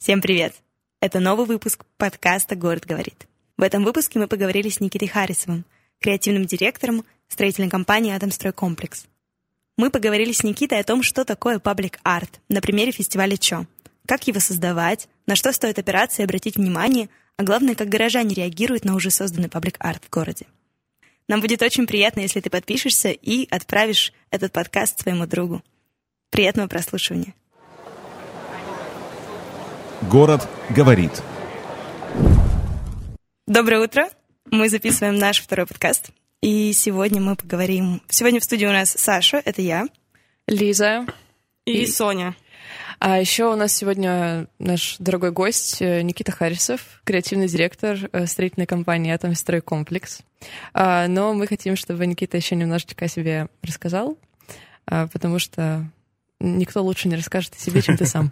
Всем привет! Это новый выпуск подкаста «Город говорит». В этом выпуске мы поговорили с Никитой Харисовым, креативным директором строительной компании «Атомстройкомплекс». Мы поговорили с Никитой о том, что такое паблик-арт на примере фестиваля ЧО, как его создавать, на что стоит опираться и обратить внимание, а главное, как горожане реагируют на уже созданный паблик-арт в городе. Нам будет очень приятно, если ты подпишешься и отправишь этот подкаст своему другу. Приятного прослушивания. Город говорит. Доброе утро. Мы записываем наш второй подкаст. И сегодня мы поговорим... Сегодня в студии у нас Саша, это я. Лиза. И Соня. А еще у нас сегодня наш дорогой гость Никита Харисов, креативный директор строительной компании «Атомстройкомплекс». Но мы хотим, чтобы Никита еще немножечко о себе рассказал, потому что никто лучше не расскажет о себе, чем ты сам.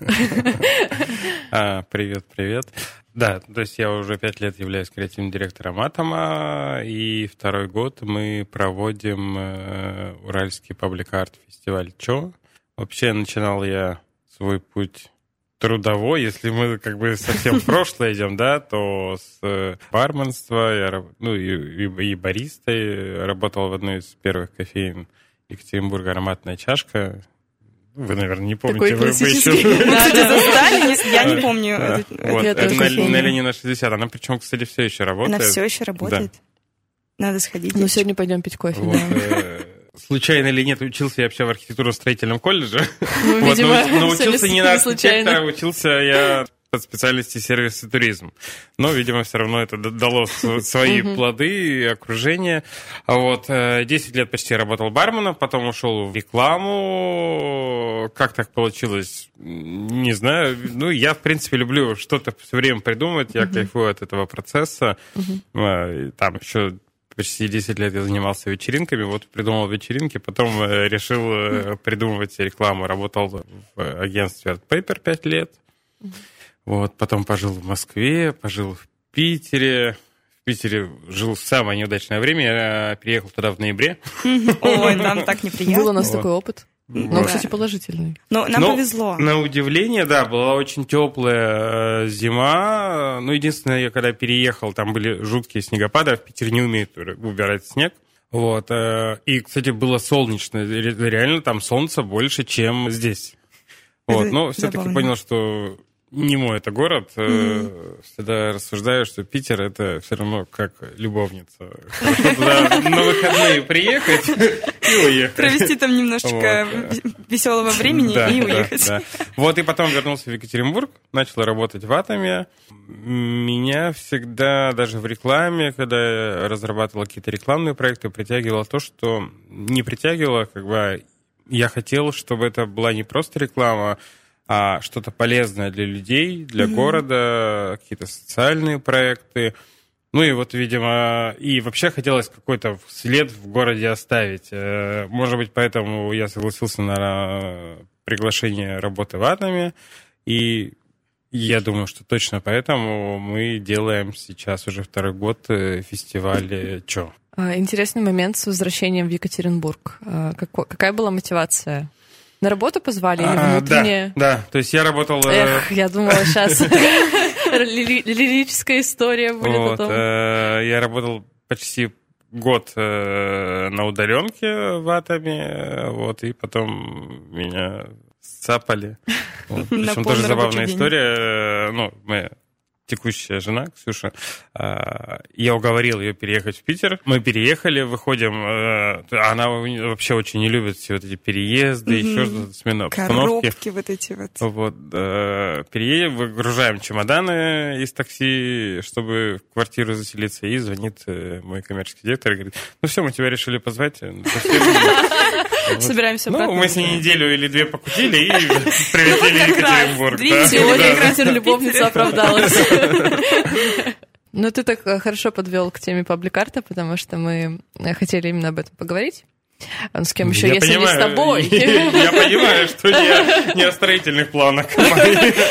Привет. Да, то есть я уже 5 лет являюсь креативным директором «Атома», и второй год мы проводим Уральский паблик-арт фестиваль ЧО. Вообще начинал я свой путь трудовой, если мы как бы совсем в прошлое идем, да, то с барменства, и баристой, работал в одной из первых кофеин Екатеринбурга «Ароматная чашка». Вы, наверное, не помните. Вы еще... Застали? Я не помню. На Ленина 60. Она причем, кстати, все еще работает. Она все еще работает? Надо сходить. Ну, сегодня пойдем пить кофе, да. Случайно или нет, учился я вообще в архитектурно-строительном колледже. Ну, видимо, но учился не на архитектора, учился я по специальности сервис и туризм. Но, видимо, все равно это дало свои плоды и окружение. 10 лет почти работал барменом, потом ушел в рекламу. Как так получилось? Не знаю. Ну, я, в принципе, люблю что-то все время придумать. Я кайфую от этого процесса. Там еще... Почти 10 лет я занимался вечеринками, придумал вечеринки, потом решил придумывать рекламу. Работал в агентстве Art Paper 5 лет. Потом пожил в Москве, пожил в Питере. В Питере жил в самое неудачное время. Я переехал туда в ноябре. Ой, нам так неприятно. Был у нас такой опыт. Но, кстати, положительный. Но нам повезло. На удивление, да, была очень теплая зима. Единственное, я когда переехал, там были жуткие снегопады, а в Питере не умеют убирать снег. И, кстати, было солнечно. Реально там солнца больше, чем здесь. Но все-таки понял, что не мой это город. Всегда рассуждаю, что Питер — это все равно как любовница. Хорошо туда на выходные приехать и уехать. Провести там немножечко веселого времени и уехать. И потом вернулся в Екатеринбург, начал работать в «Атоме». Меня всегда, даже в рекламе, когда я разрабатывал какие-то рекламные проекты, притягивало то, что не притягивало, я хотел, чтобы это была не просто реклама, а что-то полезное для людей, для города, какие-то социальные проекты. Видимо, и вообще хотелось какой-то след в городе оставить. Может быть, поэтому я согласился на приглашение работы в «Атоме». И я думаю, что точно поэтому мы делаем сейчас уже второй год фестиваль ЧО. Интересный момент с возвращением в Екатеринбург. Какая была мотивация? На работу позвали или внутренне? Да, то есть я работал... я думала, сейчас лирическая история будет о том. Я работал почти год на удаленке в «Атоме», и потом меня сцапали. Причем тоже забавная история. Моя текущая жена, Ксюша, я уговорил ее переехать в Питер. Мы переехали, выходим. Она вообще очень не любит все эти переезды, еще что-то, смену обстановки. Коробки эти. Переедем, выгружаем чемоданы из такси, чтобы в квартиру заселиться. И звонит мой коммерческий директор и говорит: все, мы тебя решили позвать. Собираемся обратно. Мы с ней неделю или 2 покутили и прилетели в Екатеринбург. Теория Питер-любовница оправдалась. Ну, ты так хорошо подвел к теме паблик-арта, потому что мы хотели именно об этом поговорить. С кем еще, если не с тобой? Я понимаю, что не о строительных планах.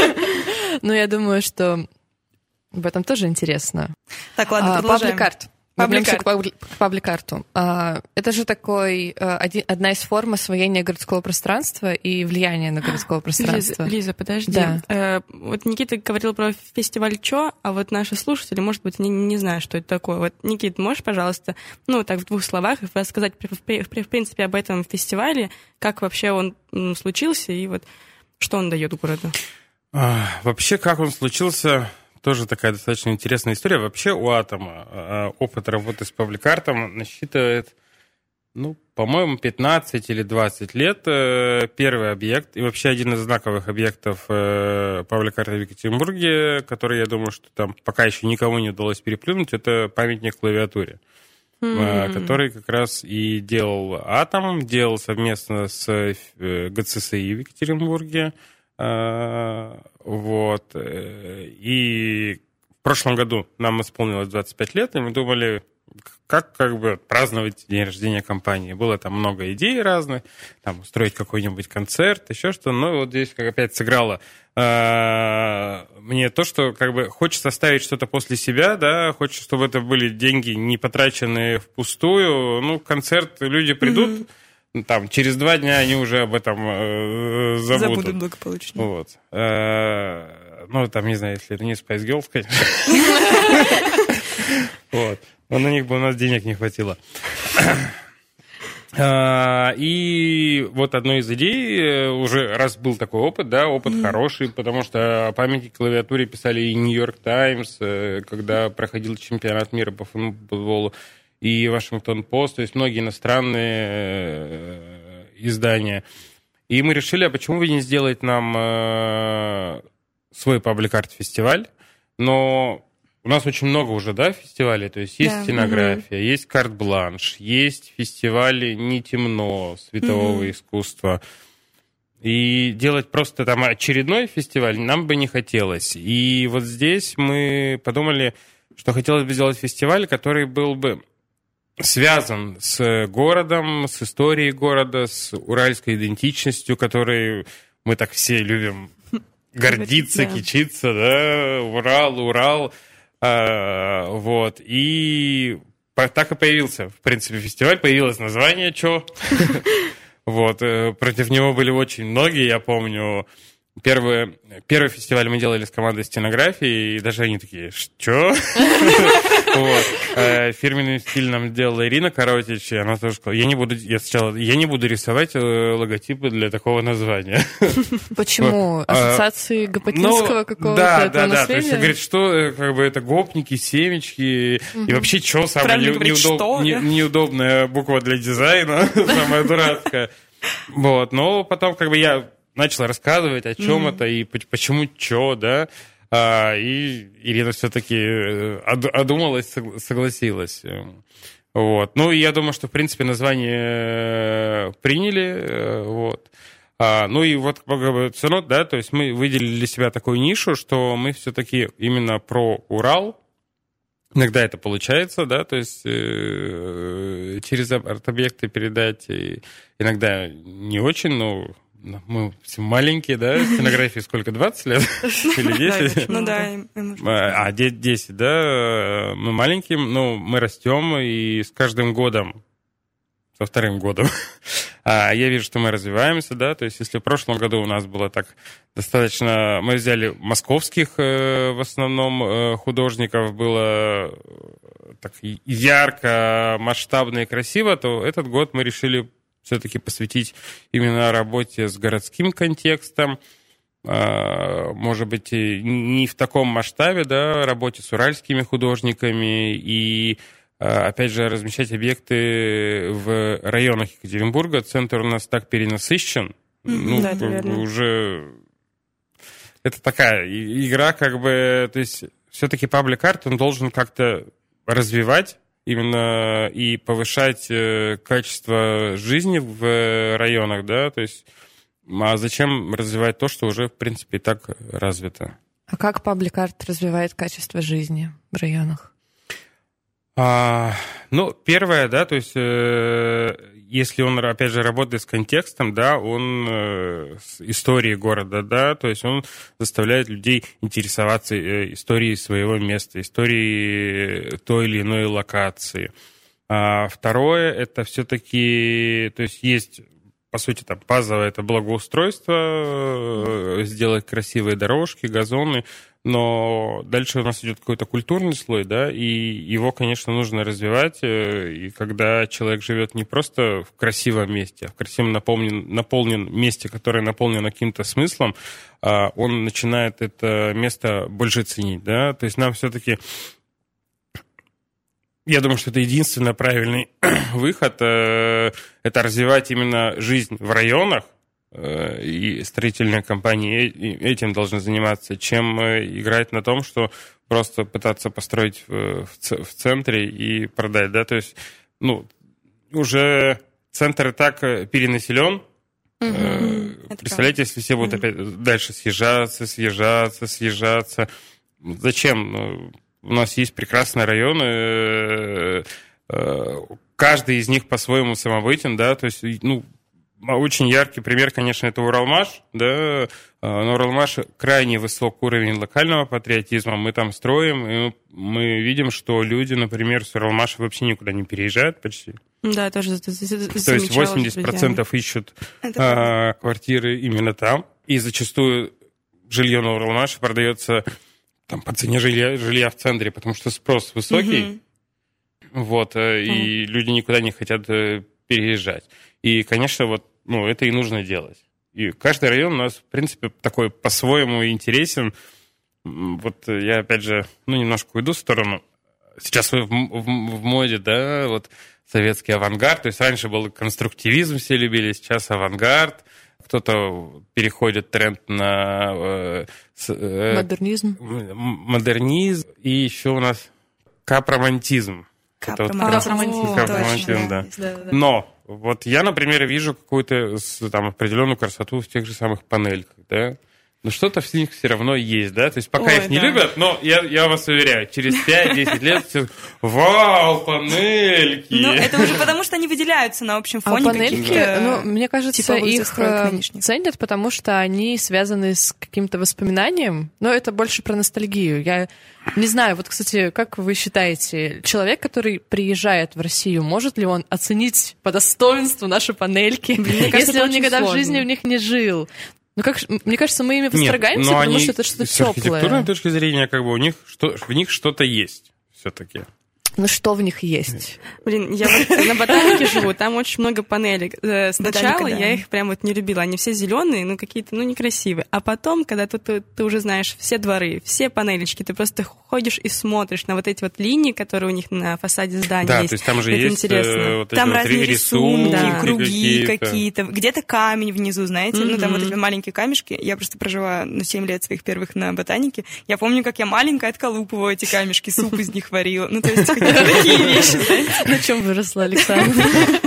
Ну, я думаю, что об этом тоже интересно. Так, ладно, продолжаем. Паблик-арт. Вернемся к паблик-арту. Это же одна из форм освоения городского пространства и влияния на городское пространство. Лиза, подожди. Да. Вот Никита говорил про фестиваль «Чё?», а вот наши слушатели, может быть, не знают, что это такое. Вот, Никит, можешь, пожалуйста, так в 2 словах рассказать, в принципе, об этом фестивале, как вообще он случился и вот что он дает городу? Вообще, как он случился... Тоже такая достаточно интересная история. Вообще у Атома опыт работы с паблик-артом насчитывает, по-моему, 15 или 20 лет. Первый объект, и вообще один из знаковых объектов паблик-арта в Екатеринбурге, который, я думаю, что там пока еще никому не удалось переплюнуть, это памятник клавиатуре, который как раз и делал Атом, делал совместно с ГЦСИ в Екатеринбурге. Вот. И в прошлом году нам исполнилось 25 лет, и мы думали, как праздновать день рождения компании. Было там много идей разных, там устроить какой-нибудь концерт, еще что-то. Но вот здесь опять сыграло мне то, что хочется оставить что-то после себя, да, хочется, чтобы это были деньги, не потраченные впустую. Концерт, люди придут, там, через 2 дня они уже об этом забудут. Забудут благополучно. Вот. Там, не знаю, если это не Spice Girls, конечно. Вот. Но на них бы у нас денег не хватило. И вот одной из идей, уже раз был такой опыт, да, опыт хороший, потому что памятники клавиатуре писали и Нью-Йорк Таймс, когда проходил чемпионат мира по футболу, и Вашингтон-Пост, то есть многие иностранные издания. И мы решили, а почему бы не сделать нам свой паблик-арт-фестиваль? Но у нас очень много уже, да, фестивалей, то есть есть стенография, есть карт-бланш, есть фестивали «Не темно» светового искусства. И делать просто там очередной фестиваль нам бы не хотелось. И вот здесь мы подумали, что хотелось бы сделать фестиваль, который был бы связан с городом, с историей города, с уральской идентичностью, которой мы так все любим гордиться, кичиться, да, Урал. Вот. И так и появился, в принципе, фестиваль. Появилось название «Чё?». Вот. Против него были очень многие, я помню. Первый фестиваль мы делали с командой стенографии, и даже они такие, что? Фирменный стиль нам сделала Ирина Коротич, и она тоже сказала, я не буду рисовать логотипы для такого названия. Почему? Ассоциации гопотинского какого-то этого наследия? Да. То есть, говорит, что это гопники, семечки, и вообще, что самая неудобная буква для дизайна, самая дурацкая. Вот, но потом я начал рассказывать, о чем это и почему «чё», да, и Ирина все-таки одумалась, согласилась. Вот. Ну, и я думаю, что, в принципе, название приняли, вот. Ну, и вот все равно, да, то есть мы выделили для себя такую нишу, что мы все-таки именно про Урал. Иногда это получается, да, то есть через арт-объекты передать, иногда не очень, но мы все маленькие, да, стенографии сколько, 20 лет или 10? Ну да. 10, да, мы маленькие, но мы растем, и с каждым годом, со вторым годом, я вижу, что мы развиваемся, да, то есть если в прошлом году у нас было так достаточно, мы взяли московских в основном художников, было так ярко, масштабно и красиво, то этот год мы решили все-таки посвятить именно работе с городским контекстом, может быть, не в таком масштабе, да, работе с уральскими художниками и, опять же, размещать объекты в районах Екатеринбурга. Центр у нас так перенасыщен, да, это верно. Уже это такая игра, то есть все-таки паблик-арт, он должен как-то развивать именно и повышать качество жизни в районах, да, то есть, а зачем развивать то, что уже, в принципе, и так развито? А как паблик-арт развивает качество жизни в районах? Ну, первое, да, то есть если он, опять же, работает с контекстом, да, он с историей города, да, то есть он заставляет людей интересоваться историей своего места, историей той или иной локации. А второе, это все-таки, то есть, по сути, там базовое это благоустройство, сделать красивые дорожки, газоны, но дальше у нас идет какой-то культурный слой, да, и его, конечно, нужно развивать, и когда человек живет не просто в красивом месте, а в красивом наполнен месте, которое наполнено каким-то смыслом, он начинает это место больше ценить, да, то есть нам все-таки... Я думаю, что это единственный правильный выход, это развивать именно жизнь в районах, и строительные компании этим должны заниматься, чем играть на том, что просто пытаться построить в центре и продать, да, то есть, ну, уже центр и так перенаселен. Представляете, если все будут опять дальше съезжаться, зачем? У нас есть прекрасные районы, каждый из них по-своему самобытен, да, то есть, ну, очень яркий пример, конечно, это Уралмаш, да, но Уралмаш крайне высок уровень локального патриотизма, мы там строим, и мы видим, что люди, например, с Уралмаша вообще никуда не переезжают почти. Да, тоже то есть 80% ищут квартиры именно там, и зачастую жилье на Уралмаше продается там по цене жилья в центре, потому что спрос высокий, вот, и люди никуда не хотят переезжать. И, конечно, вот, ну, это и нужно делать. И каждый район у нас, в принципе, такой по-своему интересен. Вот я, опять же, ну, немножко уйду в сторону. Сейчас в моде, да, вот советский авангард. То есть раньше был конструктивизм, все любили, сейчас авангард. Кто-то переходит тренд на... Модернизм. Модернизм. И еще у нас капромантизм. Капромантизм, да. Но вот я, например, вижу какую-то там определенную красоту в тех же самых панельках, да. Но что-то в них все равно есть, да? То есть пока их не любят, но я вас уверяю, через 5-10 лет все... Вау, панельки! Ну, это уже потому, что они выделяются на общем фоне. А панельки, ну, мне кажется, их ценят, потому что они связаны с каким-то воспоминанием, но это больше про ностальгию. Я не знаю, вот, кстати, как вы считаете, человек, который приезжает в Россию, может ли он оценить по достоинству наши панельки, если он никогда в жизни в них не жил? Ну, как, мне кажется, мы ими восторгаемся, потому что это что-то теплое. С архитектурной точки зрения, как бы в них что-то есть все-таки. Ну, что в них есть? Блин, я вот на Ботанике живу, там очень много панелек. Сначала я их прям вот не любила. Они все зеленые, ну, какие-то, ну, некрасивые. А потом, когда ты уже знаешь все дворы, все панелечки, ты просто ходишь и смотришь на вот эти вот линии, которые у них на фасаде здания да, есть. то есть там же это есть интересно. Там вот разные рисунки, да. круги какие-то. Где-то камень внизу, знаете. Ну, там вот эти маленькие камешки. Я просто прожила 7 лет своих первых на Ботанике. Я помню, как я маленькая отколупывала эти камешки, суп из них варила. Ну, то есть такие вещи, знаете. На чем выросла Александра?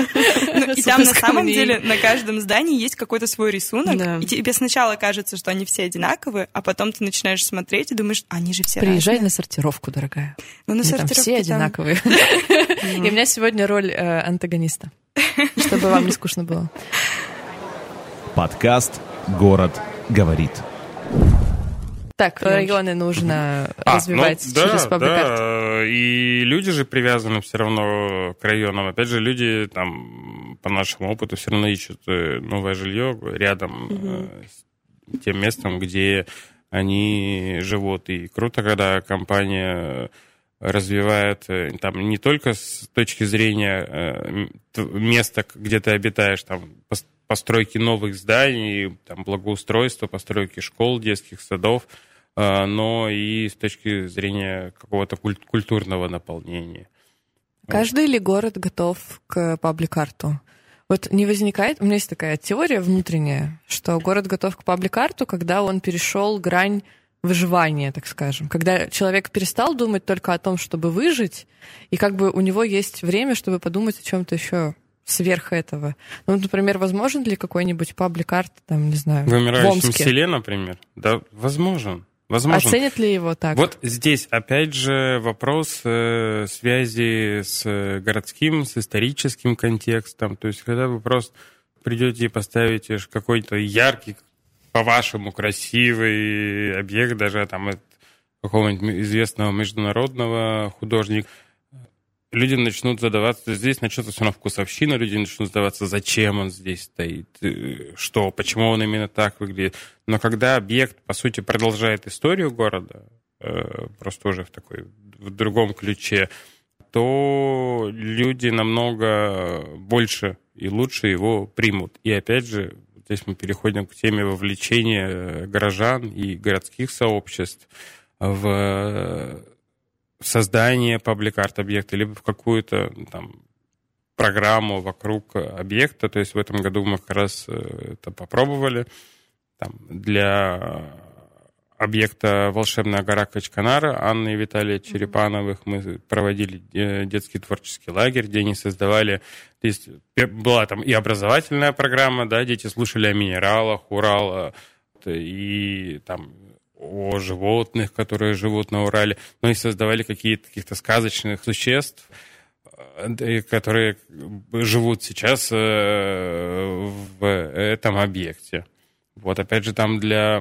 И там на самом деле на каждом здании есть какой-то свой рисунок. Да. И тебе сначала кажется, что они все одинаковые, а потом ты начинаешь смотреть и думаешь, они же все Приезжай разные. на сортировку, дорогая. Ну, на там все одинаковые. И у меня сегодня роль антагониста, чтобы вам не скучно было. Подкаст «Город говорит». Так, районы нужно развивать через паблик-арт. Да, и люди же привязаны все равно к районам. Опять же, люди там, по нашему опыту, все равно ищут новое жилье рядом с тем местом, где они живут. И круто, когда компания развивает там не только с точки зрения места, где ты обитаешь, там постройки новых зданий, там благоустройства, постройки школ, детских садов, но и с точки зрения какого-то культурного наполнения. Каждый ли город готов к паблик-арту? Вот не возникает... У меня есть такая теория внутренняя, что город готов к паблик-арту, когда он перешел грань выживания, так скажем. Когда человек перестал думать только о том, чтобы выжить, и как бы у него есть время, чтобы подумать о чем-то еще сверх этого. Ну, например, возможен ли какой-нибудь паблик-арт, там, не знаю, в Омске? В вымирающем селе, например? Да, возможен. Возможно. Оценят ли его так? Вот здесь, опять же, вопрос связи с городским, с историческим контекстом. То есть, когда вы просто придете и поставите какой-то яркий, по-вашему, красивый объект, даже там от какого-нибудь известного международного художника, люди начнут задаваться, здесь начнется все равно вкусовщина, люди начнут задаваться, зачем он здесь стоит, что, почему он именно так выглядит. Но когда объект, по сути, продолжает историю города, просто уже в другом ключе, то люди намного больше и лучше его примут. И опять же, здесь мы переходим к теме вовлечения горожан и городских сообществ в создание паблик-арт-объекта, либо в какую-то там программу вокруг объекта. То есть в этом году мы как раз это попробовали. Там, для объекта «Волшебная гора Качканара» Анны и Виталия Черепановых мы проводили детский творческий лагерь, где они создавали... Здесь была там и образовательная программа, да, дети слушали о минералах Урала, и там... о животных, которые живут на Урале, но и создавали каких-то сказочных существ, которые живут сейчас в этом объекте. Вот, опять же, там для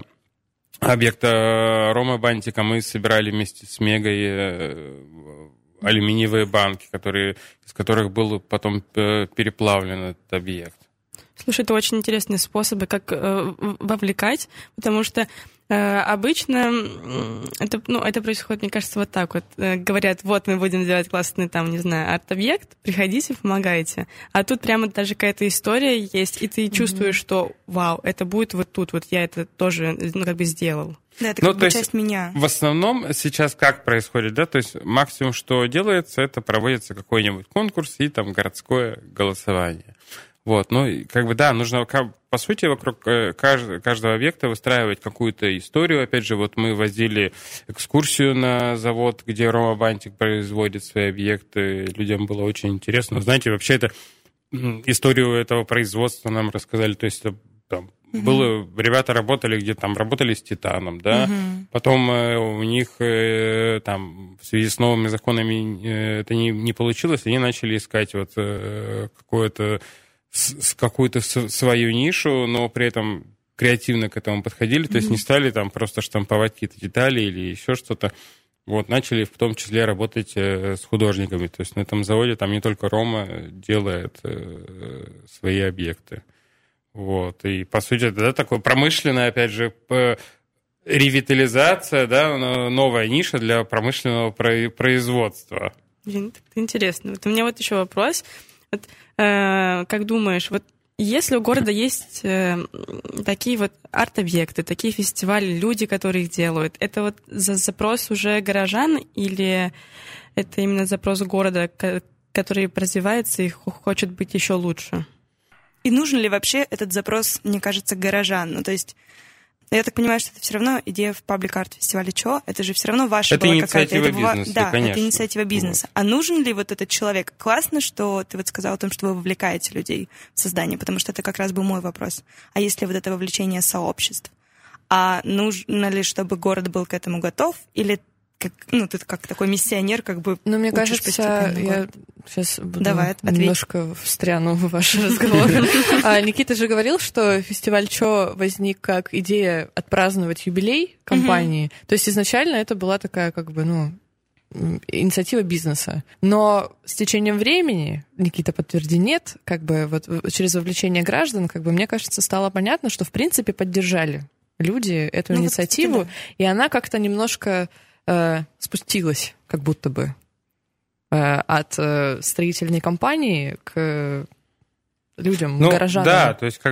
объекта Ромы Бантика мы собирали вместе с Мегой алюминиевые банки, из которых был потом переплавлен этот объект. Слушай, это очень интересные способы, как вовлекать, потому что обычно это происходит, мне кажется, вот так вот. Говорят, вот мы будем делать классный, там, не знаю, арт-объект, приходите, помогайте. А тут прямо даже какая-то история есть, и ты чувствуешь, что вау, это будет вот тут, вот я это тоже, как бы сделал. Да, это как бы часть меня. В основном сейчас как происходит, да, то есть максимум, что делается, это проводится какой-нибудь конкурс и там городское голосование. Вот, ну, как бы, да, нужно, по сути, вокруг каждого объекта выстраивать какую-то историю. Опять же, вот мы возили экскурсию на завод, где Рома Бантик производит свои объекты. Людям было очень интересно. Знаете, вообще это историю этого производства нам рассказали. То есть там ребята работали, где там работали с титаном, да. Потом у них там в связи с новыми законами это не получилось. Они начали искать вот какую-то свою нишу, но при этом креативно к этому подходили, то есть не стали там просто штамповать какие-то детали или еще что-то. Вот, начали в том числе работать с художниками. То есть на этом заводе там не только Рома делает свои объекты. Вот. И, по сути, это такое промышленное, опять же, ревитализация, да, новая ниша для промышленного производства. Блин, это интересно. Вот у меня вот еще вопрос. Вот, как думаешь, вот если у города есть такие вот арт-объекты, такие фестивали, люди, которые их делают, это вот запрос уже горожан или это именно запрос города, который развивается и хочет быть еще лучше? И нужен ли вообще этот запрос, мне кажется, горожан? Ну, то есть, я так понимаю, что это все равно идея в паблик-арт-фестивале ЧО, это же все равно ваша это была какая-то... Это инициатива бизнеса, да, конечно. Это инициатива бизнеса. А нужен ли вот этот человек? Классно, что ты вот сказал о том, что вы вовлекаете людей в создание, потому что это как раз был мой вопрос. А если вот это вовлечение сообществ? А нужно ли, чтобы город был к этому готов? Или ты как такой миссионер, как бы мне учишь кажется, постепенно я сейчас буду ответь. немножко встряну в ваш разговор. Никита же говорил, что фестиваль ЧО возник как идея отпраздновать юбилей компании. То есть изначально это была такая инициатива бизнеса. Но с течением времени, Никита, подтверди, нет, вот через вовлечение граждан, мне кажется, стало понятно, что в принципе поддержали люди эту инициативу, вот, и она как-то немножко спустилась, как будто бы, от строительной компании к людям, горожанам. Да, то есть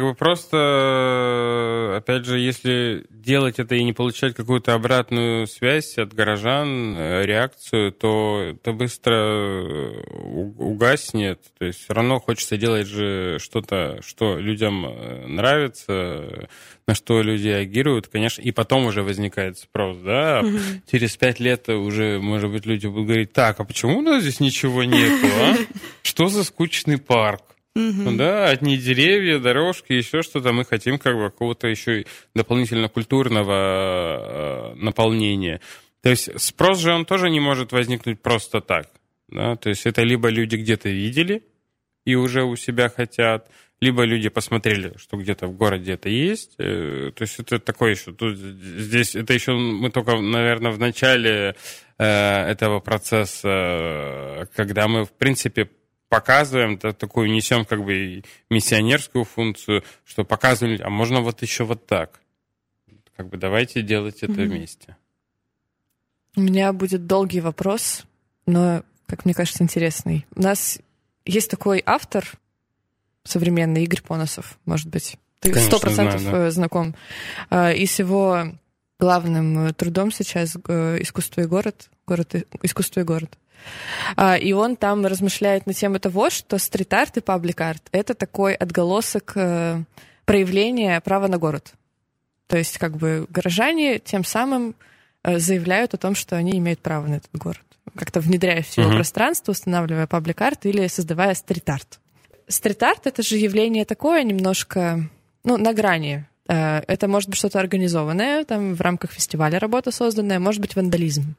просто, опять же, если делать это и не получать какую-то обратную связь от горожан, реакцию, то это быстро угаснет. То есть все равно хочется делать же что-то, что людям нравится, на что люди реагируют, конечно, и потом уже возникает спрос, да? Через 5 лет уже, может быть, люди будут говорить, так, а почему у нас здесь ничего нету, а? Что за скучный парк? Да, одни деревья, дорожки, еще что-то. Мы хотим как бы какого-то еще дополнительно культурного наполнения. То есть спрос же он тоже не может возникнуть просто так. Да? То есть это либо люди где-то видели и уже у себя хотят, либо люди посмотрели, что где-то в городе это есть. То есть это такое еще. Тут, здесь это еще мы только, наверное, в начале этого процесса, когда мы, в принципе, показываем, да, такую несем как бы миссионерскую функцию, что показывали, а можно вот еще вот так. Как бы давайте делать это вместе. У меня будет долгий вопрос, но, как мне кажется, интересный. У нас есть такой автор современный, Игорь Поносов, может быть. Ты 100% знаком. И с его главным трудом сейчас «Искусство и город». «Искусство и город». И он там размышляет на тему того, что стрит-арт и паблик-арт — это такой отголосок проявления права на город. То есть как бы горожане тем самым заявляют о том, что они имеют право на этот город, как-то внедряя в его пространство, устанавливая паблик-арт или создавая стрит-арт. Стрит-арт — это же явление такое немножко, на грани. Это может быть что-то организованное, там в рамках фестиваля работа созданная, может быть вандализм.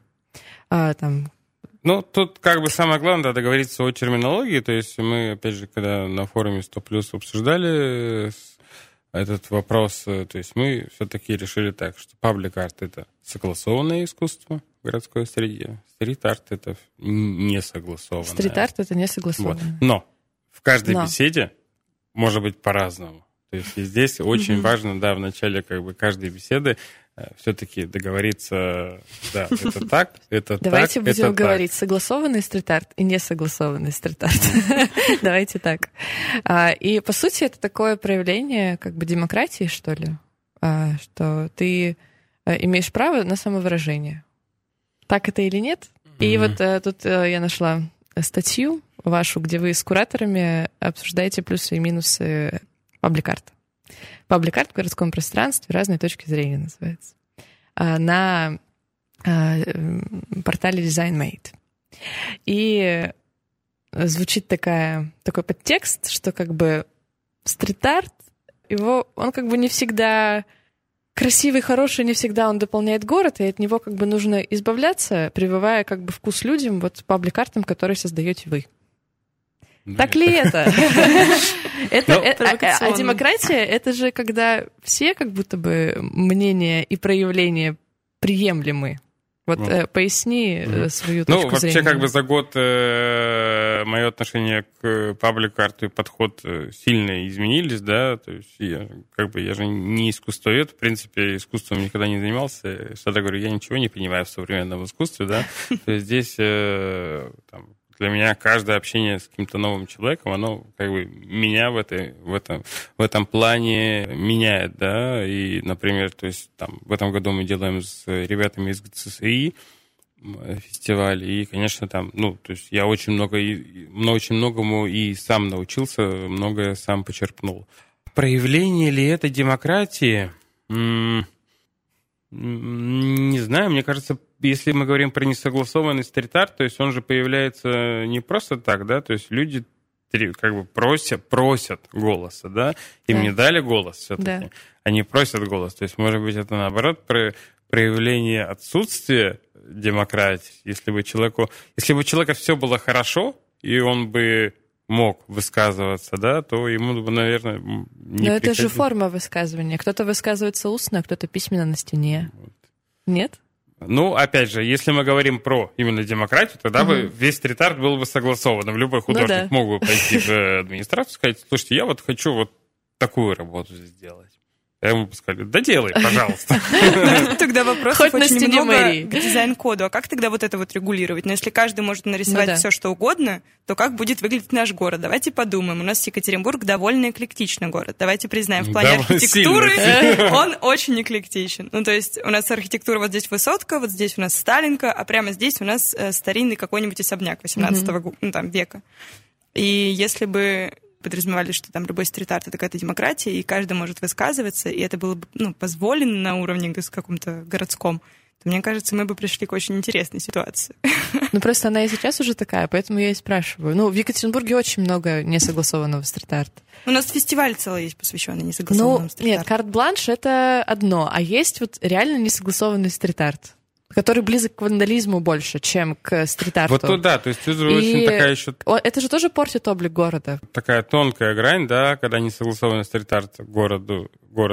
Тут как бы самое главное договориться о терминологии. То есть мы, опять же, когда на форуме 100+ обсуждали этот вопрос, то есть мы все-таки решили так, что паблик-арт — это согласованное искусство в городской среде, стрит-арт — это не согласованное. Стрит-арт — это не согласованное. Вот. Но в каждой беседе может быть по-разному. То есть и здесь очень важно, в начале как бы каждой беседы все-таки договориться, это так, это так, Давайте будем говорить согласованный стрит-арт и несогласованный стрит-арт. Давайте так. И, по сути, это такое проявление как бы демократии, что ли, что ты имеешь право на самовыражение. Так это или нет? И вот тут я нашла статью вашу, где вы с кураторами обсуждаете плюсы и минусы паблик-арта. Паблик-арт в городском пространстве, разные точки зрения называется. На портале DesignMate. И звучит такой подтекст, что как бы стрит-арт, он как бы не всегда красивый, хороший, не всегда он дополняет город, и от него как бы нужно избавляться, прививая как бы вкус людям вот паблик-артом, который создаете вы. Так ли это? А демократия — это же когда все как будто бы мнения и проявления приемлемы. Вот поясни свою точку зрения. Вообще как бы за год мое отношение к паблик-арту и подход сильно изменились, да, то есть я же не искусствовед, в принципе, искусством никогда не занимался, всегда говорю, я ничего не понимаю в современном искусстве, да, то есть здесь для меня каждое общение с каким-то новым человеком, оно как бы меня в этом плане меняет, да, и, например, то есть в этом году мы делаем с ребятами из ГЦСИ фестиваль, и, конечно, то есть я очень многому и сам научился, многое сам почерпнул. Проявление ли это демократии? Не знаю, мне кажется, если мы говорим про несогласованный стрит-арт, то есть он же появляется не просто так, да, то есть люди как бы просят голоса, да, им не дали голос все-таки, они просят голос, то есть, может быть, это наоборот проявление отсутствия демократии, если бы у человека все было хорошо, и он бы мог высказываться, да, то ему бы, наверное, не Но это же форма высказывания. Кто-то высказывается устно, а кто-то письменно на стене. Вот. Нет? Опять же, если мы говорим про именно демократию, тогда бы весь стрит-арт был бы согласованным. Любой художник мог бы пойти в администрацию и сказать, слушайте, я вот хочу вот такую работу сделать. Я ему бы сказали, да делай, пожалуйста. Тогда вопросов очень много к дизайн-коду. А как тогда вот это вот регулировать? Но если каждый может нарисовать все, что угодно, то как будет выглядеть наш город? Давайте подумаем. У нас Екатеринбург довольно эклектичный город. Давайте признаем, в плане архитектуры он очень эклектичен. То есть у нас архитектура вот здесь Высотка, вот здесь у нас Сталинка, а прямо здесь у нас старинный какой-нибудь особняк 18 века. И если бы подразумевали, что там любой стрит-арт — это какая-то демократия, и каждый может высказываться, и это было бы позволено на уровне каком-то городском, то, мне кажется, мы бы пришли к очень интересной ситуации. Ну, просто она и сейчас уже такая, поэтому я и спрашиваю. Ну, в Екатеринбурге очень много несогласованного стрит-арта. У нас фестиваль целый есть, посвященный несогласованному стрит-арту. Нет, карт-бланш — это одно, а есть вот реально несогласованный стрит-арт, который близок к вандализму больше, чем к стрит-арту. Вот то да, то есть это очень такая еще... Это же тоже портит облик города. Такая тонкая грань, да, когда несогласованный стрит-арт городу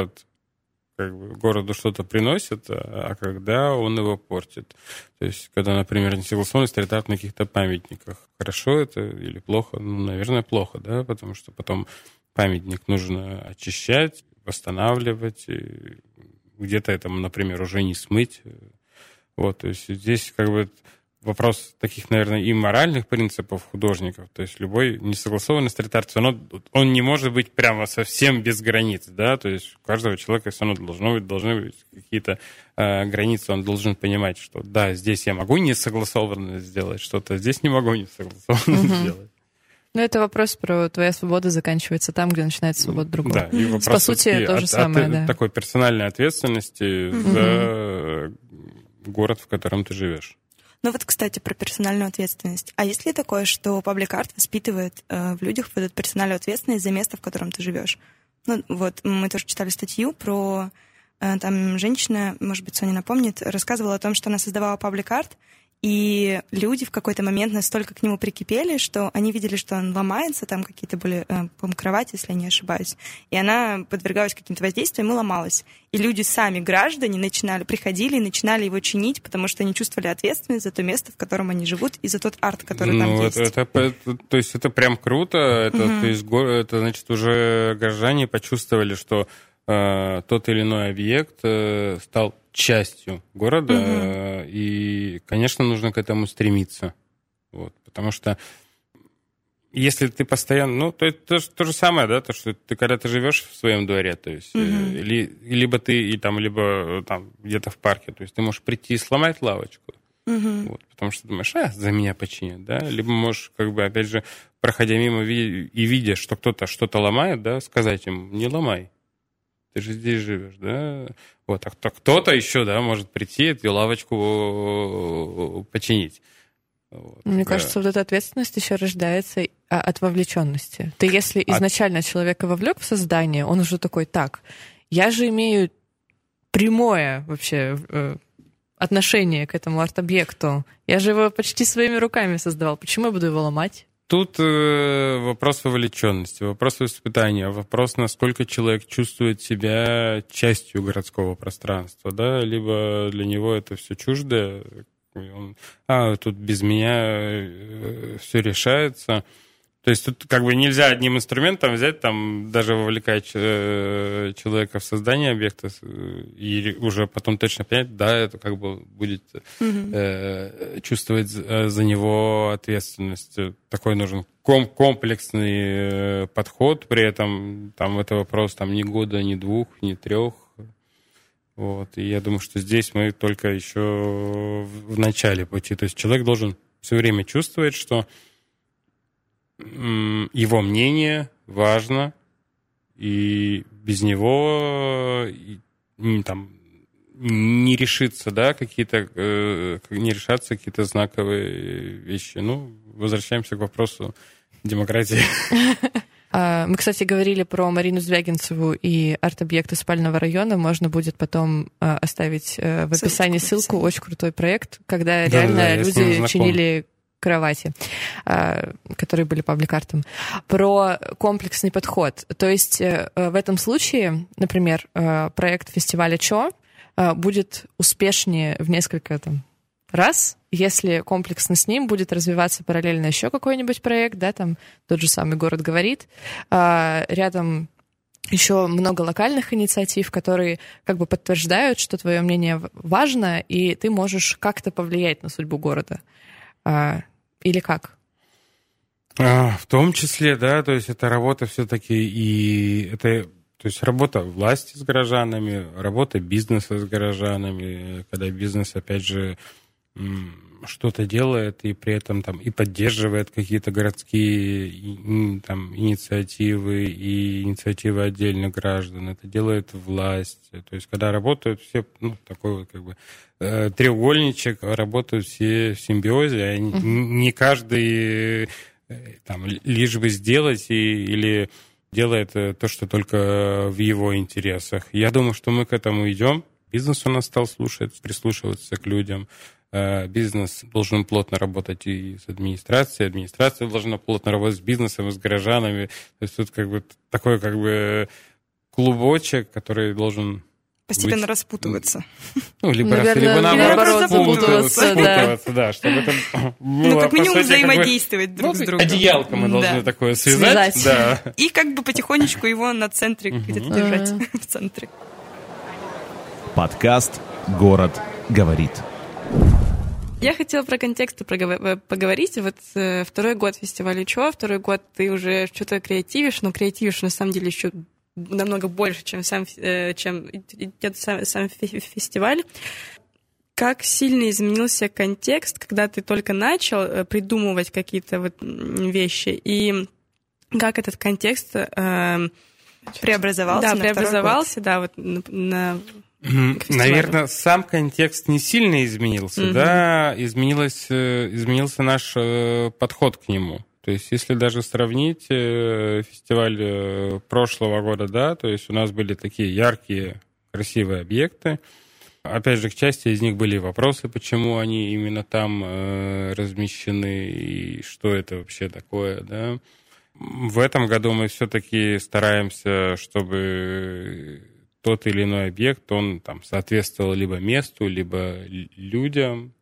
что-то приносит, а когда он его портит. То есть, когда, например, несогласованный стрит-арт на каких-то памятниках. Хорошо это или плохо? Ну, наверное, плохо, да, потому что потом памятник нужно очищать, восстанавливать, и где-то это, например, уже не смыть. Вот, то есть здесь как бы вопрос таких, наверное, и моральных принципов художников. То есть любой несогласованный стрит-арт, он не может быть прямо совсем без границ, да, то есть у каждого человека все равно должны быть какие-то границы, он должен понимать, что да, здесь я могу несогласованно сделать что-то, здесь не могу несогласованно сделать. Ну, это вопрос про твоя свобода заканчивается там, где начинается свобода другого. Да, и вопрос, по сути, то же самое, да. Такой персональной ответственности за город, в котором ты живешь. Ну вот, кстати, про персональную ответственность. А есть ли такое, что паблик-арт воспитывает в людях вот эту персональную ответственность за место, в котором ты живешь? Ну вот, мы тоже читали статью про... Там женщина, может быть, Соня напомнит, рассказывала о том, что она создавала паблик-арт, и люди в какой-то момент настолько к нему прикипели, что они видели, что он ломается, там какие-то были, по-моему, кровати, если я не ошибаюсь, и она подвергалась каким-то воздействиям и ломалась. И люди сами, граждане, приходили и начинали его чинить, потому что они чувствовали ответственность за то место, в котором они живут, и за тот арт, который там есть. То есть это прям круто, то есть это значит, уже граждане почувствовали, что тот или иной объект стал частью города, и, конечно, нужно к этому стремиться. Вот, потому что если ты постоянно... Ну, то это то же самое, да, то, что ты когда ты живешь в своем дворе, то есть либо ты либо там где-то в парке, то есть ты можешь прийти и сломать лавочку, вот, потому что думаешь, за меня починят, да, либо можешь, как бы, опять же, проходя мимо и видя, что кто-то что-то ломает, да, сказать им, не ломай. Ты же здесь живешь, да? Вот, а кто-то еще, да, может прийти эту лавочку починить. Вот. Мне кажется, вот эта ответственность еще рождается от вовлеченности. Ты, если изначально человека вовлек в создание, он уже такой, так, я же имею прямое вообще отношение к этому арт-объекту. Я же его почти своими руками создавал. Почему я буду его ломать? Тут вопрос вовлеченности, вопрос воспитания, вопрос, насколько человек чувствует себя частью городского пространства, да, либо для него это все чуждо, тут без меня все решается. То есть тут как бы нельзя одним инструментом взять, там, даже вовлекать человека в создание объекта и уже потом точно понять, да, это как бы будет чувствовать за него ответственность. Такой нужен комплексный подход, при этом там это вопрос там, ни года, ни двух, ни трех. Вот. И я думаю, что здесь мы только еще в начале пути. То есть человек должен все время чувствовать, что его мнение важно, и без него там не решится, да, не решатся какие-то знаковые вещи. Ну, возвращаемся к вопросу демократии. Мы, кстати, говорили про Марину Звягинцеву и арт-объекты спального района. Можно будет потом оставить в описании ссылку. Очень крутой проект, когда реально люди чинили кровати, которые были паблик-артом. Про комплексный подход. То есть в этом случае, например, проект фестиваля ЧО будет успешнее в несколько раз, если комплексно с ним будет развиваться параллельно еще какой-нибудь проект, да, там тот же самый «Город говорит». Рядом еще много локальных инициатив, которые как бы подтверждают, что твое мнение важно, и ты можешь как-то повлиять на судьбу города. Или как? В том числе, да, то есть это работа все-таки и это, то есть работа власти с горожанами, работа бизнеса с горожанами, когда бизнес, опять же, что-то делает и при этом там и поддерживает какие-то городские там инициативы и инициативы отдельных граждан. Это делает власть. То есть когда работают все, такой вот как бы треугольничек, работают все в симбиозе, а не каждый там лишь бы сделать или делает то, что только в его интересах. Я думаю, что мы к этому идем. Бизнес у нас стал прислушиваться к людям. Бизнес должен плотно работать и с администрацией, администрация должна плотно работать с бизнесом, и с горожанами. То есть тут как бы такой как бы клубочек, который должен постепенно распутываться. Либо наоборот спутываться, да, чтобы это было, как минимум взаимодействовать друг с другом. Одеялко мы должны такое связать. Да. И как бы потихонечку его на центре где-то держать, в центре. Подкаст «Город говорит». Я хотела про контекст поговорить. Вот второй год фестиваля ЧО, второй год ты уже что-то креативишь, но креативишь на самом деле еще намного больше, чем идет сам фестиваль. Как сильно изменился контекст, когда ты только начал придумывать какие-то вот вещи, и как этот контекст преобразовался? Да, преобразовался, да, вот на наверное, сам контекст не сильно изменился, да, изменился наш подход к нему. То есть, если даже сравнить фестиваль прошлого года, да, то есть у нас были такие яркие, красивые объекты. Опять же, к части из них были вопросы, почему они именно там размещены и что это вообще такое, да. В этом году мы все-таки стараемся, чтобы тот или иной объект, он там соответствовал либо месту, либо людям.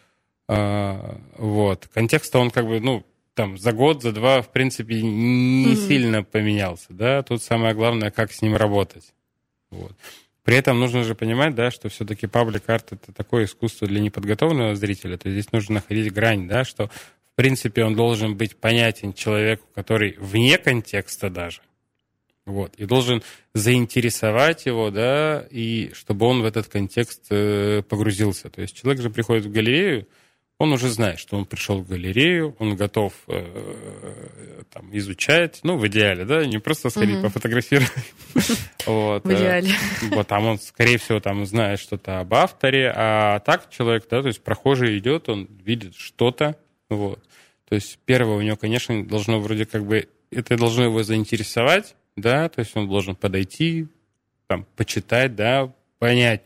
Вот. Контекст, он как бы, там за год, за два, в принципе, не сильно поменялся, да. Тут самое главное, как с ним работать. Вот. При этом нужно же понимать, да, что все-таки паблик-арт — это такое искусство для неподготовленного зрителя, то есть здесь нужно находить грань, да, что, в принципе, он должен быть понятен человеку, который вне контекста даже. Вот, и должен заинтересовать его, да, и чтобы он в этот контекст погрузился. То есть человек же приходит в галерею, он уже знает, что он пришел в галерею, он готов там, изучать, в идеале, да, не просто сходить пофотографировать. Вот, в идеале. Вот, там он, скорее всего, там знает что-то об авторе, а так человек, да, то есть прохожий идет, он видит что-то, вот. То есть первое у него, конечно, должно вроде как бы, это должно его заинтересовать, да, то есть он должен подойти, там, почитать, да, понять,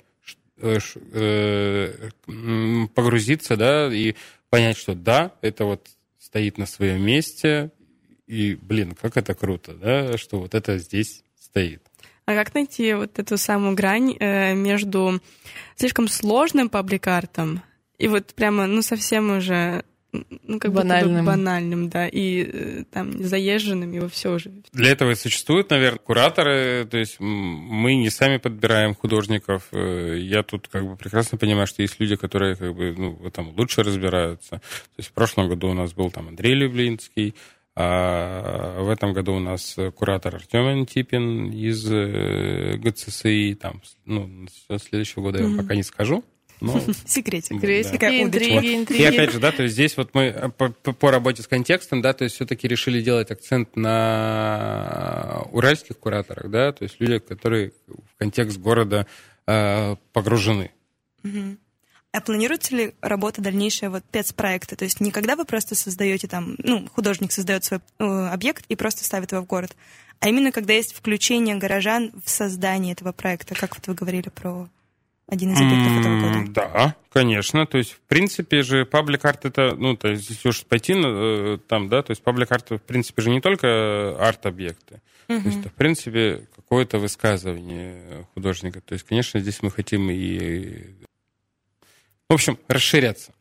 погрузиться, да, и понять, что да, это вот стоит на своем месте, и, как это круто, да, что вот это здесь стоит. А как найти вот эту самую грань между слишком сложным паблик-артом и вот прямо, совсем уже... как банальным, да, и там заезженным, его все уже. Для этого и существуют, наверное, кураторы, то есть мы не сами подбираем художников. Я тут как бы прекрасно понимаю, что есть люди, которые как бы, в этом лучше разбираются. То есть в прошлом году у нас был там Андрей Люблинский, а в этом году у нас куратор Артем Антипин из ГЦСИ, там, со следующего года я вам пока не скажу. Секретик. Интриги. И опять же, да, то есть здесь вот мы по работе с контекстом, да, то есть все-таки решили делать акцент на уральских кураторах, да, то есть люди, которые в контекст города погружены. А планируется ли работа дальнейшая спецпроекта? То есть не когда вы просто создаете там, художник создает свой объект и просто ставит его в город, а именно когда есть включение горожан в создание этого проекта, как вот вы говорили про... один из объектов этого года. Да, конечно. То есть, в принципе же, паблик-арт это, то есть, если уж пойти там, да, то есть, паблик-арт, в принципе же, не только арт-объекты. То есть, это, в принципе, какое-то высказывание художника. То есть, конечно, здесь мы хотим и... В общем, расширяться.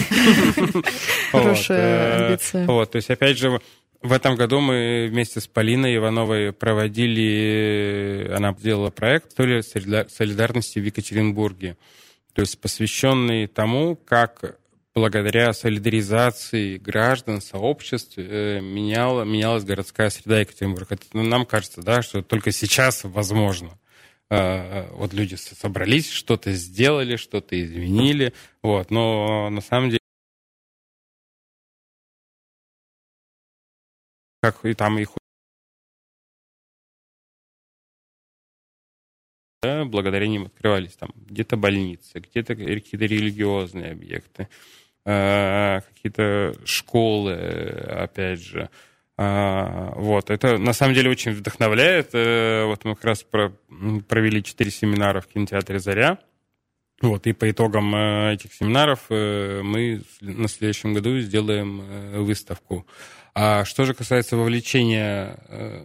Хорошая амбиция. Вот, то есть, опять же, в этом году мы вместе с Полиной Ивановой проводили, она делала проект «История солидарности в Екатеринбурге», то есть посвященный тому, как благодаря солидаризации граждан, сообществ менялась городская среда Екатеринбурга. Нам кажется, да, что только сейчас возможно. вот люди собрались, что-то сделали, что-то изменили, вот, но на самом деле как и там их благодаря ним открывались там где-то больницы, где-то какие-то религиозные объекты, какие-то школы, опять же. Вот, это на самом деле очень вдохновляет. Вот мы как раз провели 4 семинара в кинотеатре «Заря». Вот, и по итогам этих семинаров мы на следующем году сделаем выставку. А что же касается вовлечения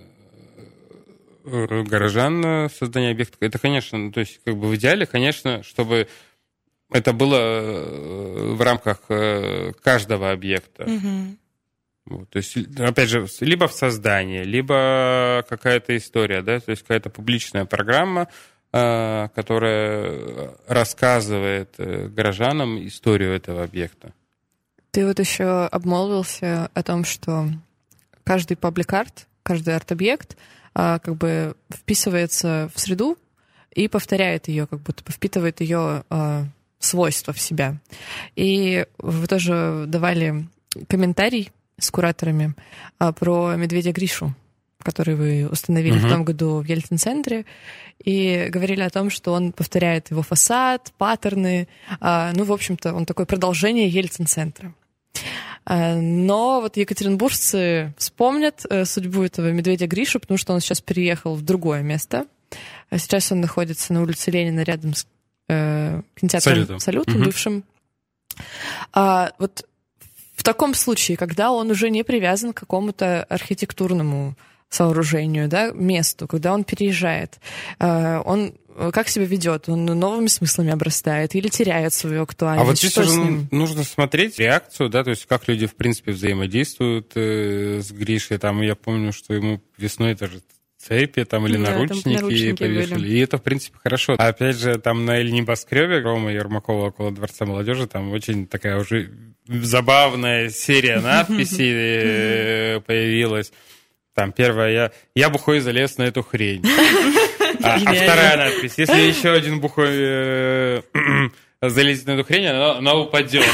горожан в создание объекта, это, конечно, то есть как бы в идеале, конечно, чтобы это было в рамках каждого объекта. Угу. Вот, то есть, опять же, либо в создании, либо какая-то история, да, то есть какая-то публичная программа, которая рассказывает горожанам историю этого объекта. Ты вот еще обмолвился о том, что каждый паблик-арт, каждый арт-объект как бы вписывается в среду и повторяет ее, как будто бы впитывает ее свойства в себя. И вы тоже давали комментарий с кураторами про медведя Гришу, который вы установили в том году в Ельцин-центре, и говорили о том, что он повторяет его фасад, паттерны, ну, в общем-то, он такое продолжение Ельцин-центра. Но вот екатеринбуржцы вспомнят судьбу этого медведя Гришу, потому что он сейчас переехал в другое место. Сейчас он находится на улице Ленина рядом с кинотеатром «Салют», бывшим. Вот в таком случае, когда он уже не привязан к какому-то архитектурному сооружению, да, месту, когда он переезжает, он как себя ведет? Он новыми смыслами обрастает или теряет свою актуальность? А вот здесь уже нужно смотреть реакцию, да, то есть как люди, в принципе, взаимодействуют с Гришей. Там я помню, что ему весной даже цепи там или наручники повешали. Были. И это, в принципе, хорошо. А опять же, там на Эль-Небоскребе Рома Ермакова около Дворца молодежи, там очень такая уже забавная серия надписей появилась. Там первая «Я бухой залез на эту хрень». А вторая надпись: если еще один бухой залезет на эту хрень, она упадет.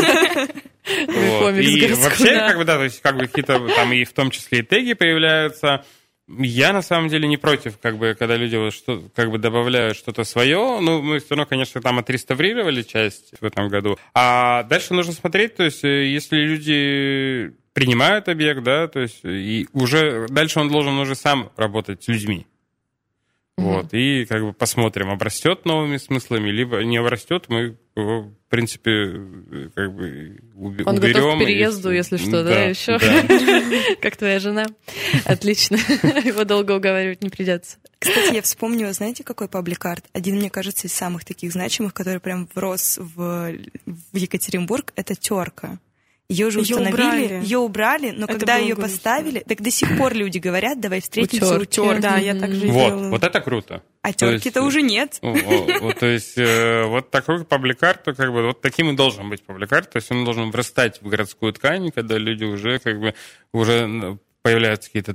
И вообще, как бы, да, то есть как бы какие-то там и в том числе и теги появляются. Я на самом деле не против, как бы, когда люди вот что, как бы добавляют что-то свое. Ну, мы все равно, конечно, там отреставрировали часть в этом году. А дальше нужно смотреть, то есть если люди принимают объект, да, то есть и уже дальше он должен уже сам работать с людьми. Вот, и как бы посмотрим, обрастет новыми смыслами, либо не обрастет, мы его, в принципе, как бы уберем. Он готов к переезду, если что, да, еще? Да. Как твоя жена. Отлично. Его долго уговаривать не придется. Кстати, я вспомнила, знаете, какой паблик-арт? Один, мне кажется, из самых таких значимых, который прям врос в Екатеринбург, это терка. Ее уже установили, ее убрали, но это когда ее поставили, так до сих пор люди говорят, давай встретимся у терки. Да, я так же делала. Вот это круто. А терки-то уже нет. То есть вот такой паблик-арт, как бы вот таким и должен быть паблик-арт, то есть он должен врастать в городскую ткань, когда люди уже как бы уже появляются какие-то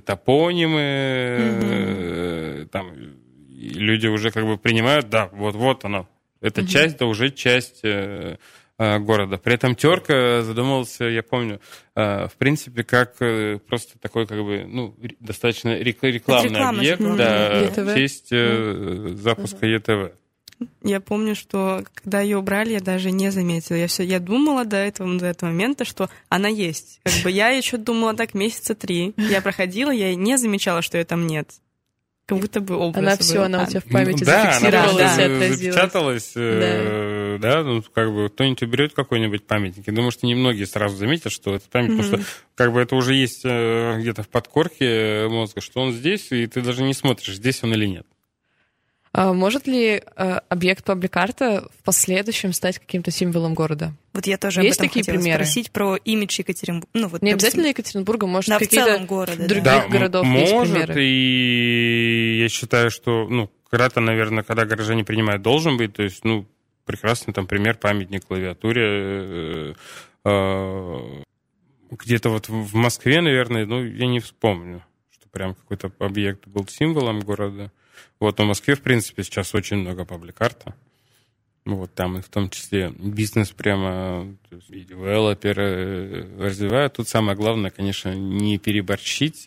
топонимы, там люди уже как бы принимают, да, вот оно, эта часть, да, уже часть города. При этом терка задумывался, я помню, в принципе, как просто такой, как бы, ну, достаточно рекламный объект, да, в честь запуска ЕТВ. Я помню, что когда ее убрали, я даже не заметила. Я думала до этого момента, что она есть. Как бы я еще думала так месяца 3. Я проходила, я не замечала, что ее там нет. Как будто бы образ она был. все, она у тебя в памяти зафиксировалась, и отразилась. Запечаталась, да, ну, как бы кто-нибудь уберет какой-нибудь памятник. Я думаю, что немногие сразу заметят, что это памятник, потому что как бы это уже есть где-то в подкорке мозга, что он здесь, и ты даже не смотришь, здесь он или нет. А может ли объект паблик-арта в последующем стать каким-то символом города? Вот я тоже есть об этом такие хотела примеры? Спросить про имидж Екатеринбурга. Ну, вот, не обязательно Екатеринбурга, может, да, какие-то других городов может, есть примеры. И я считаю, что, ну, когда-то, наверное, когда горожане принимают, должен быть, то есть, ну, прекрасный там пример, памятник клавиатуре, где-то вот в Москве, наверное, ну, я не вспомню, что прям какой-то объект был символом города. Вот, но в Москве, в принципе, сейчас очень много паблик-арта. Вот там и в том числе бизнес прямо, то есть и девелоперы развивают. Тут самое главное, конечно, не переборщить.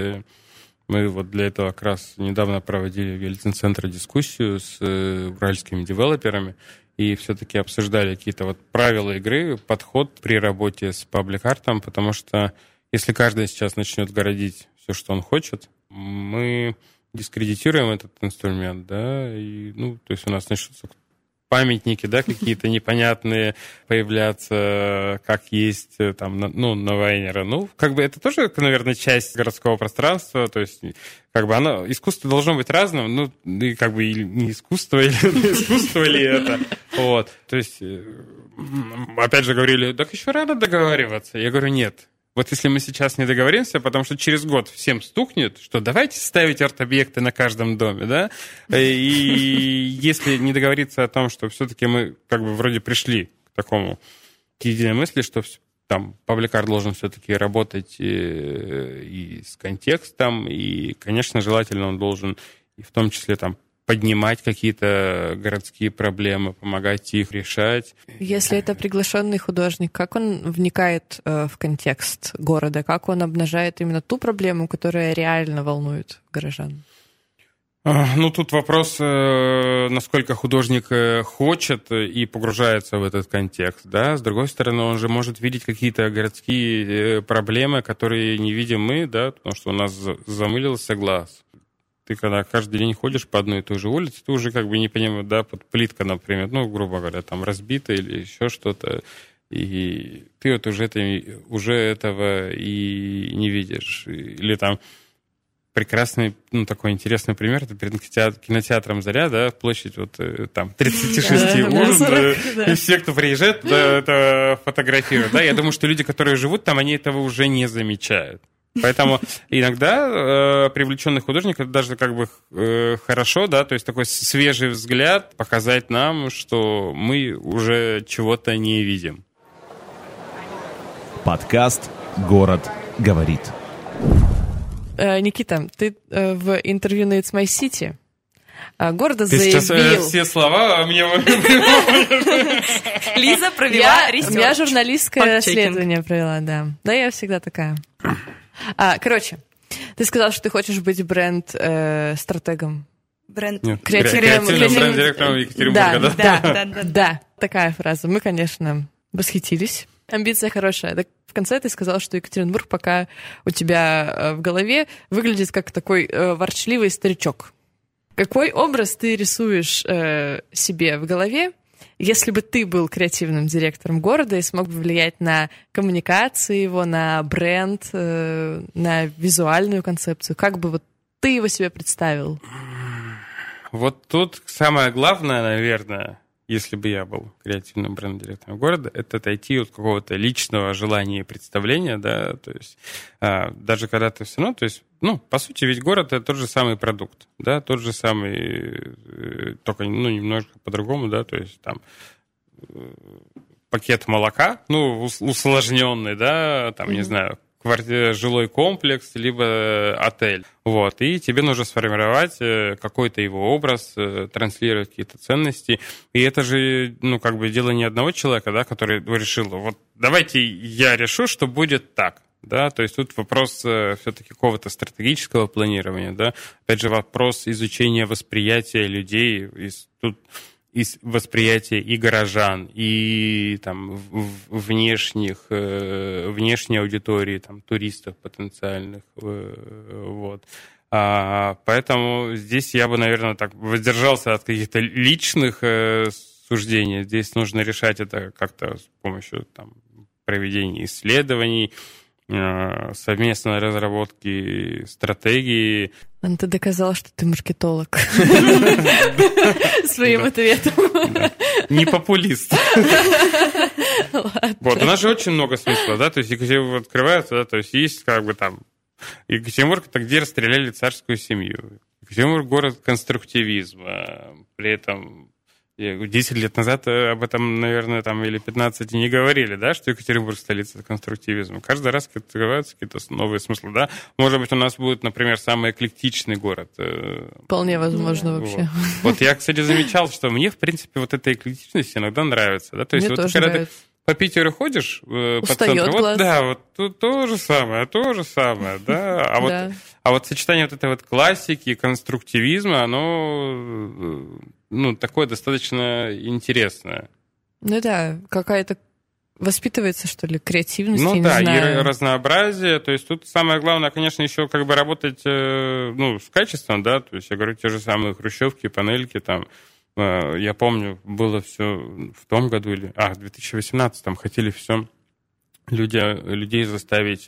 Мы вот для этого как раз недавно проводили в Ельцин-центре дискуссию с уральскими девелоперами и все-таки обсуждали какие-то вот правила игры, подход при работе с паблик-артом, потому что если каждый сейчас начнет городить все, что он хочет, мы дискредитируем этот инструмент, да, и, ну, то есть у нас начнутся памятники, да, какие-то непонятные появляться, как есть там, ну, на Вайнера. Ну, как бы это тоже, наверное, часть городского пространства, то есть как бы оно, искусство должно быть разным, ну, и как бы не искусство, или не искусство ли это, вот. То есть, опять же говорили, так еще рано договариваться. Я говорю, нет. Вот если мы сейчас не договоримся, потому что через год всем стукнет, что давайте ставить арт-объекты на каждом доме, да, и если не договориться о том, что все-таки мы как бы вроде пришли к такому, к единой мысли, что там паблик-арт должен все-таки работать и с контекстом, и, конечно, желательно он должен и в том числе там поднимать какие-то городские проблемы, помогать их решать. Если это приглашенный художник, как он вникает в контекст города? Как он обнажает именно ту проблему, которая реально волнует горожан? Ну, тут вопрос, насколько художник хочет и погружается в этот контекст, да. С другой стороны, он же может видеть какие-то городские проблемы, которые не видим мы, да, потому что у нас замылился глаз. Ты когда каждый день ходишь по одной и той же улице, ты уже как бы не понимаешь, да, под плитка, например, ну, грубо говоря, там разбита или еще что-то, и ты вот уже этого и не видишь. Или там прекрасный, ну, такой интересный пример, это перед кинотеатром «Заря», да, площадь вот там 36 урн, и все, кто приезжает, это фотографируют, да. Я думаю, что люди, которые живут там, они этого уже не замечают. Поэтому иногда привлеченный художник, это даже как бы хорошо, да, то есть такой свежий взгляд показать нам, что мы уже чего-то не видим. Подкаст «Город говорит». Никита, ты в интервью на It's My City гордо ты заявил... сейчас все слова мне... Лиза провела ресерч. Я журналистское расследование провела, да. Да, я всегда такая. Короче, ты сказал, что ты хочешь быть бренд-стратегом. Креативным бренд-директором Екатеринбурга, да? Да, такая фраза. Мы, конечно, восхитились. Амбиция хорошая. Так в конце ты сказал, что Екатеринбург пока у тебя в голове выглядит как такой ворчливый старичок. Какой образ ты рисуешь себе в голове, если бы ты был креативным директором города и смог бы влиять на коммуникации его, на бренд, на визуальную концепцию? Как бы вот ты его себе представил? Вот тут самое главное, наверное, если бы я был креативным бренд-директором города, это отойти от какого-то личного желания и представления, да, то есть даже когда ты все равно, то есть, ну, по сути, ведь город — это тот же самый продукт, да, тот же самый, только, ну, немножко по-другому, да, то есть там пакет молока, ну, усложненный, да, там, не знаю, жилой комплекс, либо отель. Вот. И тебе нужно сформировать какой-то его образ, транслировать какие-то ценности. И это же, ну, как бы дело не одного человека, да, который решил, вот давайте я решу, что будет так. Да, то есть тут вопрос все-таки какого-то стратегического планирования, да, опять же вопрос изучения восприятия людей, тут из восприятия и горожан, и там внешней аудитории, там, туристов потенциальных, вот. Поэтому здесь я бы, наверное, так воздержался от каких-то личных суждений. Здесь нужно решать это как-то с помощью там проведения исследований, совместной разработки стратегии. Ты доказал, что ты маркетолог своим ответом. Не популист. Вот, у нас же очень много смысла, да, то есть Екатеринбург открывается, да, то есть есть как бы там Екатеринбург, это где расстреляли царскую семью. Екатеринбург — город конструктивизма, при этом Я говорю, 10 лет назад об этом, наверное, там или 15 не говорили, да, что Екатеринбург — столица конструктивизма. Каждый раз открываются какие-то новые смыслы, да. Может быть, у нас будет, например, самый эклектичный город. Вполне возможно вообще. Вот я, кстати, замечал, что мне, в принципе, вот эта эклектичность иногда нравится. Да? То есть мне вот тоже когда нравится. ты по Питеру ходишь по устаёт центру, глаз. вот, да, вот тут то же самое, да. А вот сочетание вот этой вот классики, конструктивизма, оно, ну, такое достаточно интересное. Ну да, какая-то воспитывается, что ли, креативность, ну, я да, не знаю. И разнообразие. То есть тут самое главное, конечно, еще как бы работать с качеством, да, то есть я говорю, те же самые хрущевки, панельки там. Я помню, было все в том году в 2018-м хотели все людей заставить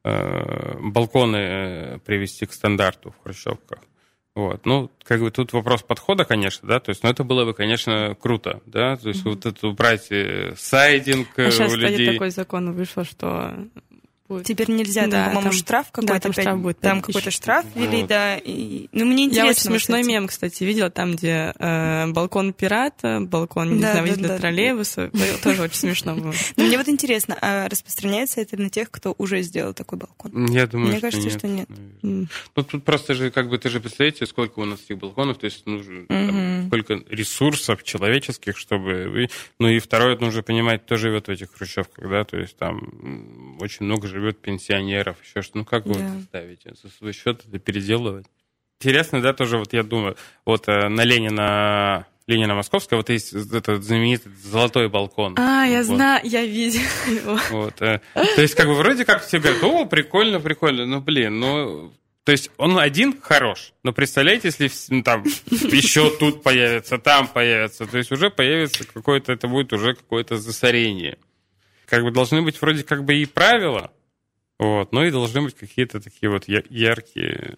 балконы привести к стандарту в хрущевках. Вот. Ну, как бы тут вопрос подхода, конечно, да, то есть, это было бы, конечно, круто, да, то есть вот это убрать сайдинг у людей. Сейчас, кстати, такой закон вышел, что... Теперь нельзя, да, по-моему, штраф какой-то. Да, там штраф будет. Там какой-то штраф ввели, вот. Да. Ну, мне интересно. Я очень смешной мем, кстати, видела там, где балкон пирата, балкон, не знаю, водителя троллейбуса. Тоже очень смешно было. Но мне вот интересно, а распространяется это на тех, кто уже сделал такой балкон? Я думаю, мне кажется, что нет. Ну, тут просто же, как бы, ты же представляете, сколько у нас этих балконов, то есть нужно сколько ресурсов человеческих, чтобы... Ну, и второе, нужно понимать, кто живет в этих хрущевках, да, то есть там очень много живет пенсионеров, еще что. Ну, как вы это ставите? За свой счет это переделывать? Интересно, да, тоже вот я думаю, вот на Ленина Московская, вот есть этот знаменитый золотой балкон. Я знаю, я видела его. Вот, то есть, как бы, вроде как все говорят, о, прикольно, ну, блин, то есть он один хорош, но представляете, если там еще тут появится, там появится, то есть уже появится какое-то, это будет уже какое-то засорение. Как бы должны быть вроде как бы и правила, вот, но и должны быть какие-то такие вот яркие,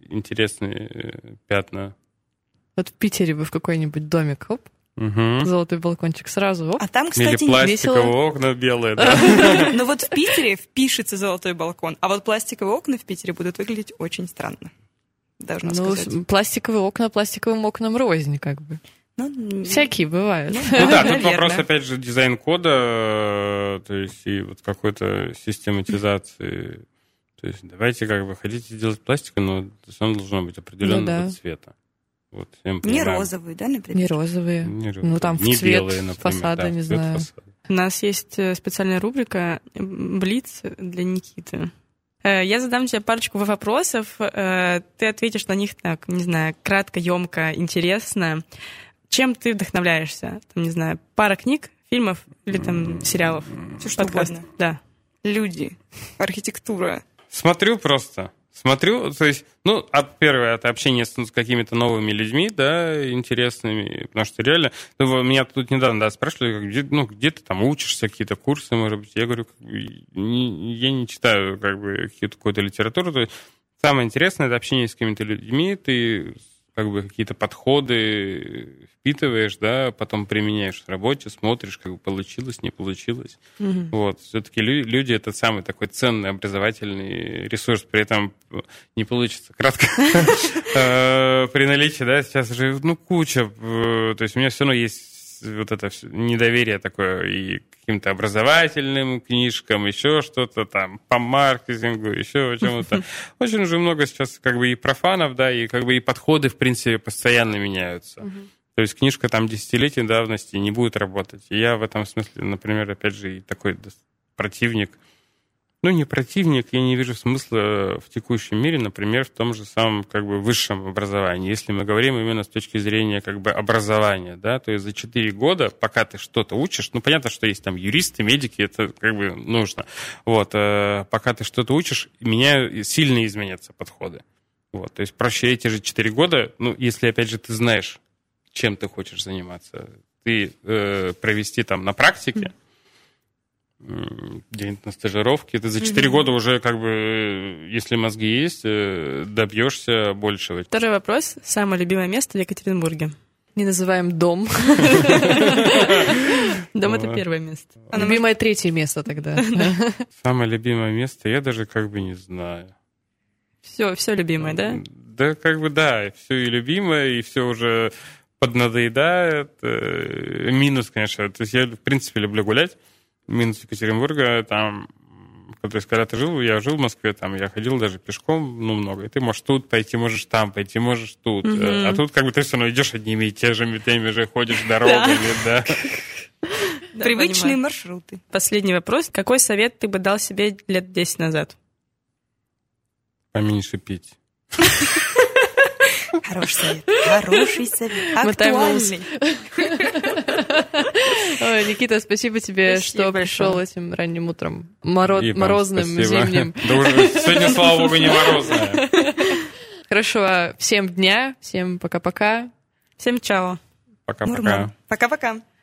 интересные пятна. Вот в Питере бы в какой-нибудь домик, золотой балкончик сразу, А там, кстати, или пластиковые окна белые, да. Но вот в Питере впишется золотой балкон, а вот пластиковые окна в Питере будут выглядеть очень странно, должна сказать. Пластиковые окна пластиковым окнам рознь, как бы. Всякие бывают. Ну да, тут вопрос, опять же, дизайн-кода, то есть и вот какой-то систематизации. То есть давайте, как бы, хотите делать пластик, но оно должно быть определенного цвета. Вот, не розовые, да, например? Не розовые. Ну, там в цвет белые, например, фасада, да, не знаю. У нас есть специальная рубрика «Блиц» для Никиты. Я задам тебе парочку вопросов, ты ответишь на них так, не знаю, кратко, емко, интересно. Чем ты вдохновляешься? Там, не знаю, пара книг, фильмов или там сериалов? Все что угодно. Да. Люди, архитектура. Смотрю, то есть, первое, это общение с какими-то новыми людьми, да, интересными, потому что реально, меня тут недавно, спрашивали, где ты там учишься, какие-то курсы, может быть, я говорю, я не читаю, как бы, какую-то литературу, то есть, самое интересное, это общение с какими-то людьми, ты как бы какие-то подходы впитываешь, да, потом применяешь в работе, смотришь, как бы получилось, не получилось. Вот. Все-таки люди — это самый такой ценный образовательный ресурс, при этом не получится кратко. При наличии, да, сейчас же, куча, то есть у меня все равно есть вот это недоверие такое и к каким-то образовательным книжкам, еще что-то там по маркетингу, еще чему-то. Очень уже много сейчас как бы и профанов, да, и как бы и подходы, в принципе, постоянно меняются. То есть книжка там десятилетий давности не будет работать. И я в этом смысле, например, опять же, и такой противник. Не противник, я не вижу смысла в текущем мире, например, в том же самом как бы высшем образовании. Если мы говорим именно с точки зрения как бы образования, да, то есть за 4 года, пока ты что-то учишь, понятно, что есть там юристы, медики, это как бы нужно. Вот, пока ты что-то учишь, сильно изменятся подходы. Вот, то есть проще эти же 4 года, если, опять же, ты знаешь, чем ты хочешь заниматься, ты провести там на практике, где-нибудь на стажировке, ты за 4 года уже, как бы, если мозги есть, добьешься большего. Второй вопрос. Самое любимое место в Екатеринбурге? Не называем дом. Дом — это первое место. Любимое третье место тогда. Самое любимое место, я даже как бы не знаю. Все любимое, да? Да, как бы, да, все и любимое, и все уже поднадоедает. Минус, конечно, то есть я, в принципе, люблю гулять. Минус Екатеринбурга, там, то есть когда я жил в Москве, там, я ходил даже пешком, много. И ты можешь тут пойти, можешь там пойти, можешь тут. А тут как бы ты все равно идешь одними и теми же ходишь дорогами, да. Привычные маршруты. Последний вопрос. Какой совет ты бы дал себе лет 10 назад? Поменьше пить. Хороший совет. Актуальный. Ой, Никита, спасибо тебе, что пришел этим ранним утром. Морозным, зимним. Да уже сегодня, слава богу, не морозное. Хорошего всем дня, всем пока-пока. Всем чао. Пока-пока. Пока-пока.